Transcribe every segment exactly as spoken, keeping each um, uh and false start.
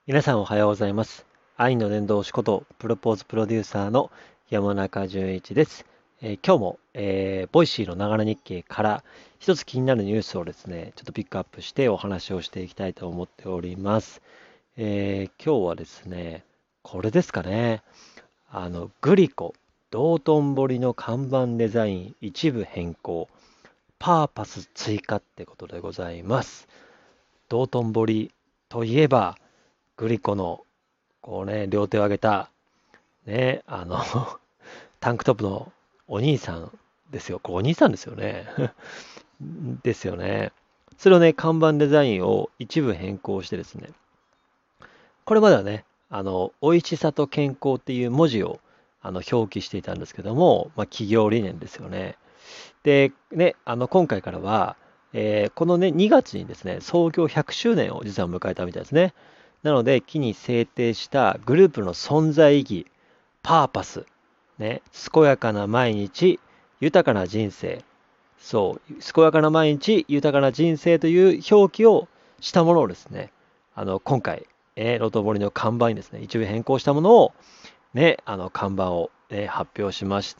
皆さんおはようございます。愛の伝道師ことプロポーズプロデューサーの山中淳一です。えー今日も、えーボイシーのながら日経から一つ気になるニュースをですね、ちょっとピックアップしてお話をしていきたいと思っております。えー今日はですね、これですかね。あの、グリコ、道頓堀の看板デザイン一部変更、パーパス追加ってことでございます。道頓堀といえば、グリコのこうね、両手を上げた、ね、あのタンクトップのお兄さんですよ。これお兄さんですよね。ですよね。それをね、看板デザインを一部変更してですね、これまではね、あの、美味しさと健康っていう文字をあの表記していたんですけども、まあ、企業理念ですよね。で、ね、あの、今回からは、えーこのね、にがつにですね、創業ひゃくしゅうねんを実は迎えたみたいですね。なので、木に制定したグループの存在意義、パーパス、ね、健やかな毎日、豊かな人生、そう、健やかな毎日、豊かな人生という表記をしたものをですね、あの、今回、えー、ロトボリの看板にですね、一部変更したものを、ね、あの、看板を、えー発表しました。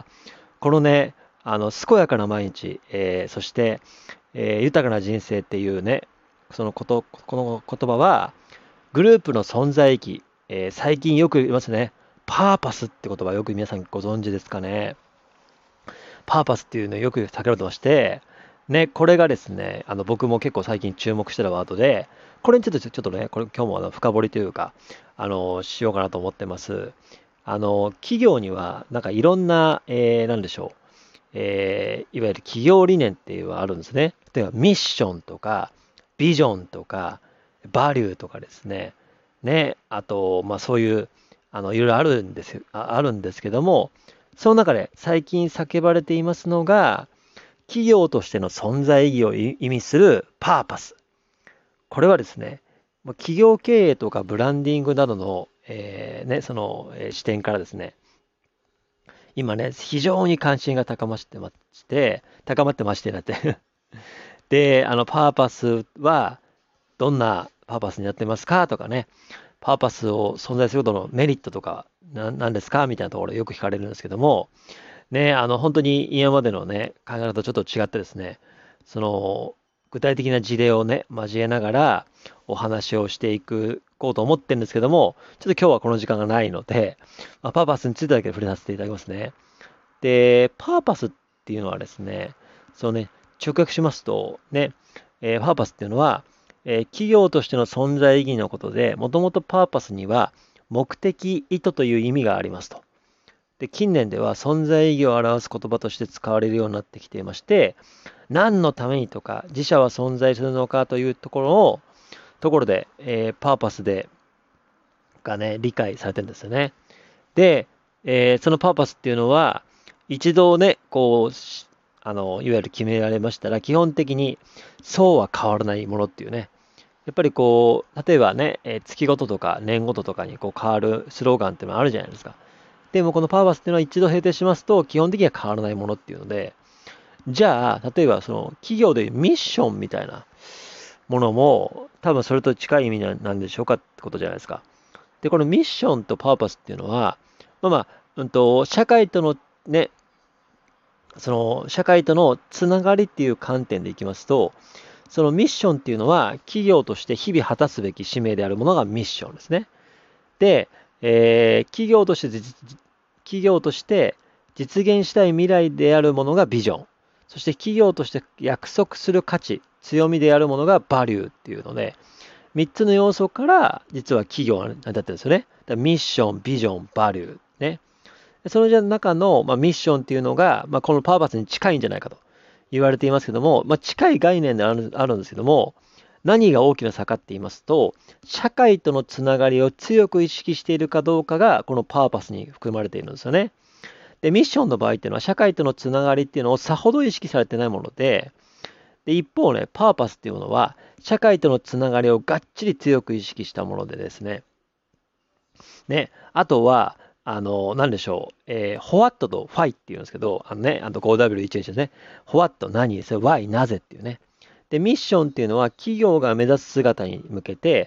このね、あの、健やかな毎日、えーそして、えー豊かな人生っていうね、そのこと、この言葉は、グループの存在意義、えー最近よく言いますね。パーパスって言葉よく皆さんご存知ですかね。パーパスっていうのをよく叫ばれてまして、ね、これがですね、あの僕も結構最近注目してたワードで、これにちょっとちょっとね、これ今日もあの深掘りというか、あの、しようかなと思ってます。あの、企業にはなんかいろんな、えー、なんでしょう、えーいわゆる企業理念っていうのがあるんですね。例えばミッションとか、ビジョンとか、バリューとかですね。ね、あと、まあそういう、あの、いろいろあるんですよ、ああるんですけども、その中で最近叫ばれていますのが、企業としての存在意義を意味するパーパス。これはですね、まあ企業経営とかブランディングなどの、えーね、その、えー視点からですね、今ね、非常に関心が高まってまして、高まってましてなってで、あの、パーパスはどんなパーパスになってますかとかね、パーパスを存在することのメリットとか、ななんですかみたいなところよく聞かれるんですけども、ね、あの、本当に今までのね、考え方とちょっと違ってですね、その、具体的な事例をね、交えながらお話をしていく、こうと思ってるんですけども、ちょっと今日はこの時間がないので、まあ、パーパスについてだけ触れさせていただきますね。で、パーパスっていうのはですね、そうね、直訳しますと、ね、えーパーパスっていうのは、えー企業としての存在意義のことで、もともとパーパスには目的、意図という意味がありますと。で、近年では存在意義を表す言葉として使われるようになってきていまして、何のためにとか、自社は存在するのかというところを、ところで、えーパーパスで、がね、理解されてるんですよね。で、えーそのパーパスっていうのは、一度ね、こう、あの、いわゆる決められましたら、基本的にそうは変わらないものっていうね。やっぱりこう、例えばね、えー月ごととか年ごととかにこう変わるスローガンっていうのがあるじゃないですか。でもこのパーパスっていうのは一度閉店しますと、基本的には変わらないものっていうので、じゃあ、例えばその企業でいうミッションみたいなものも、多分それと近い意味なんでしょうかってことじゃないですか。で、このミッションとパーパスっていうのは、まあまあ、うんと、社会とのね、その社会とのつながりっていう観点でいきますと、そのミッションっていうのは企業として日々果たすべき使命であるものがミッションですね。で、えー企業として実企業として実現したい未来であるものがビジョン。そして企業として約束する価値、強みであるものがバリューっていうので、みっつの要素から実は企業が成り立ってるんですよね。だミッション、ビジョン、バリュー。ね。その中の、まあ、ミッションっていうのが、まあ、このパーパスに近いんじゃないかと言われていますけども、まあ、近い概念であるあるんですけども、何が大きな差かって言いますと、社会とのつながりを強く意識しているかどうかが、このパーパスに含まれているんですよね。で、ミッションの場合っていうのは、社会とのつながりっていうのをさほど意識されてないもので、で、一方ね、パーパスっていうものは、社会とのつながりをがっちり強く意識したものでですね、ね、あとは、あの、なんでしょう、えー、ホワットとファイっていうんですけど、あのね、あと ファイブダブリューワン ですね。ホワット何です ?Why なぜっていうね。で、ミッションっていうのは企業が目指す姿に向けて、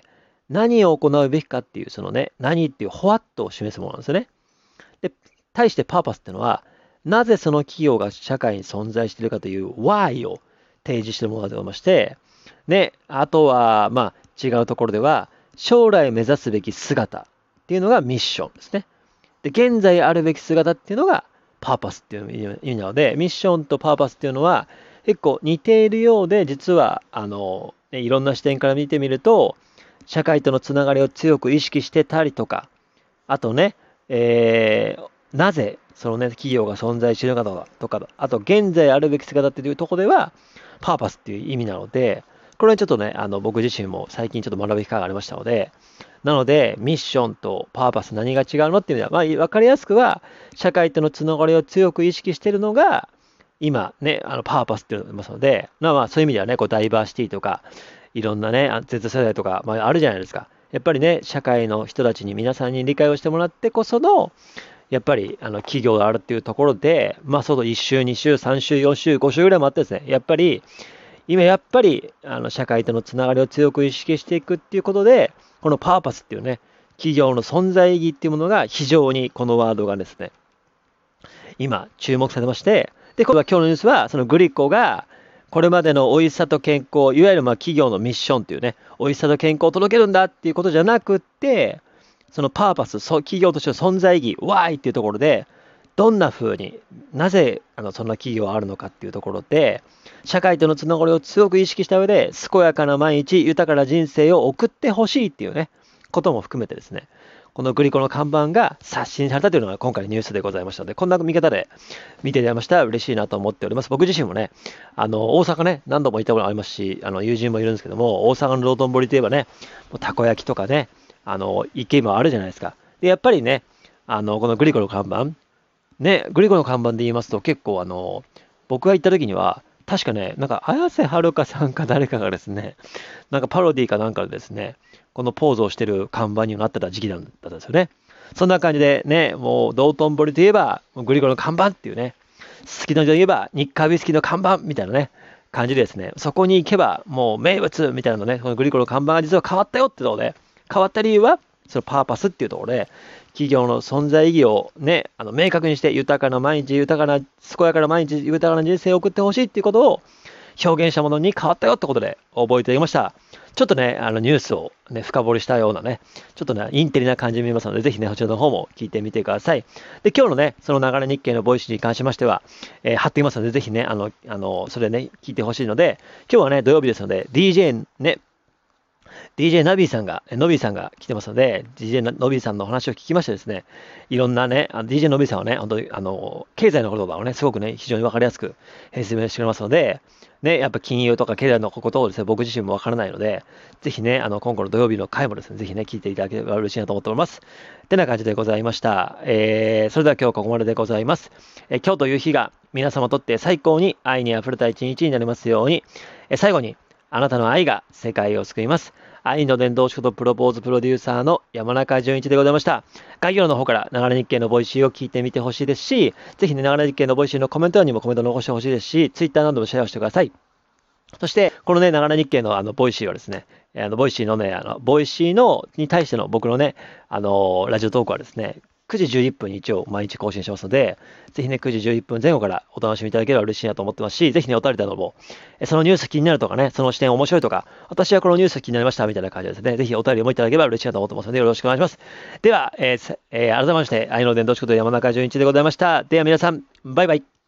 何を行うべきかっていう、そのね、何っていうホワットを示すものなんですよね。で、対してパーパスっていうのは、なぜその企業が社会に存在しているかという Why を提示しているものがございまして、ね、あとは、まあ、違うところでは、将来目指すべき姿っていうのがミッションですね。で、現在あるべき姿っていうのがパーパスっていう意味なので、ミッションとパーパスっていうのは結構似ているようで、実は、あの、ね、いろんな視点から見てみると、社会とのつながりを強く意識してたりとか、あとね、えーなぜそのね、企業が存在しているのかとか、あと現在あるべき姿っていうところでは、パーパスっていう意味なので、これはちょっとね、あの僕自身も最近ちょっと学ぶ機会がありましたので、なので、ミッションとパーパス何が違うのっていうのは、まあ、わかりやすくは、社会とのつながりを強く意識しているのが、今ね、あのパーパスっていうのがありますので、まあまあそういう意味ではね、こうダイバーシティとか、いろんなね、あ Z 世代とか、まあ、あるじゃないですか。やっぱりね、社会の人たちに皆さんに理解をしてもらってこその、やっぱりあの企業があるっていうところで、まあそのいっ週、に週、さん週、よん週、ご週ぐらいもあってですね、やっぱり、今やっぱりあの社会とのつながりを強く意識していくっていうことで、このパーパスっていうね、企業の存在意義っていうものが非常にこのワードがですね、今注目されまして、で、これは今日のニュースは、そのグリコが、これまでの美味しさと健康、いわゆるまあ企業のミッションっていうね、美味しさと健康を届けるんだっていうことじゃなくって、そのパーパス、そう企業としての存在意義、Why っていうところで、どんな風に、なぜあのそんな企業があるのかっていうところで、社会とのつながりを強く意識した上で、健やかな毎日、豊かな人生を送ってほしいっていうね、ことも含めてですね、このグリコの看板が刷新されたというのが今回のニュースでございましたので、こんな見方で見ていただきましたら嬉しいなと思っております。僕自身もね、あの、大阪ね、何度も行ったことありますし、あの、友人もいるんですけども、大阪の道頓堀といえばね、もうたこ焼きとかね、あの、池もあるじゃないですか。で、やっぱりね、あの、このグリコの看板、ね、グリコの看板で言いますと結構あの、僕が行った時には、確かね、なんか綾瀬はるかさんか誰かがですね、なんかパロディかなんかでですね、このポーズをしてる看板になってた時期だったんですよね。そんな感じでね、もう道頓堀といえば、グリコの看板っていうね、好きな人といえば日課ウイスキーの看板みたいなね、感じでですね、そこに行けばもう名物みたいなのね、このグリコの看板が実は変わったよってところで、変わった理由は、そのパーパスっていうところで、企業の存在意義をね、あの明確にして豊かな毎日、豊かな、健やかな毎日、豊かな人生を送ってほしいっていうことを表現したものに変わったよってことで覚えていただきました。ちょっとね、あのニュースを、ね、深掘りしたようなね、ちょっとね、インテリな感じに見えますので、ぜひね、こちらの方も聞いてみてください。で、今日のね、その流れ日経のボイスに関しましては、えー貼っていますので、ぜひね、あの、あの、それね、聞いてほしいので、今日はね、土曜日ですので、ディージェー ね、ディージェー ナビーさんが、ノビーさんが来てますので、ディージェー ノビーさんのお話を聞きましてですね、いろんなね、あの ディージェー ノビーさんはね、本当に、あの、経済のことをね、すごくね、非常にわかりやすく説明してくれますので、ね、やっぱ金融とか経済のことをですね、僕自身もわからないので、ぜひね、あの、今後の土曜日の回もですね、ぜひね、聞いていただければ嬉しいなと思っております。てな感じでございました。えー、それでは今日ここまででございます。えー今日という日が皆様にとって最高に愛に溢れた一日になりますように、えー最後に、あなたの愛が世界を救います。愛の伝道師ことプロポーズプロデューサーの山中淳一でございました。概要欄の方から流れ日経のボイシーを聞いてみてほしいですし、ぜひね、流れ日経のボイシーのコメント欄にもコメント残してほしいですし、ツイッターなどもシェアしてください。そして、このね、流れ日経のあの、ボイシーはですね、あの、ボイシーのね、あの、ボイシーの、に対しての僕のね、あの、ラジオトークはですね、くじじゅういっぷんに一応毎日更新してますので、ぜひね、くじじゅういっぷんぜん後からお楽しみいただければ嬉しいなと思ってますし、ぜひね、お便りなども、えそのニュース気になるとかね、その視点面白いとか、私はこのニュース気になりましたみたいな感じでですね、ぜひお便りもいただければ嬉しいなと思ってますので、よろしくお願いします。では、えーえー改めまして、愛の伝道師こと山中淳一でございました。では皆さん、バイバイ。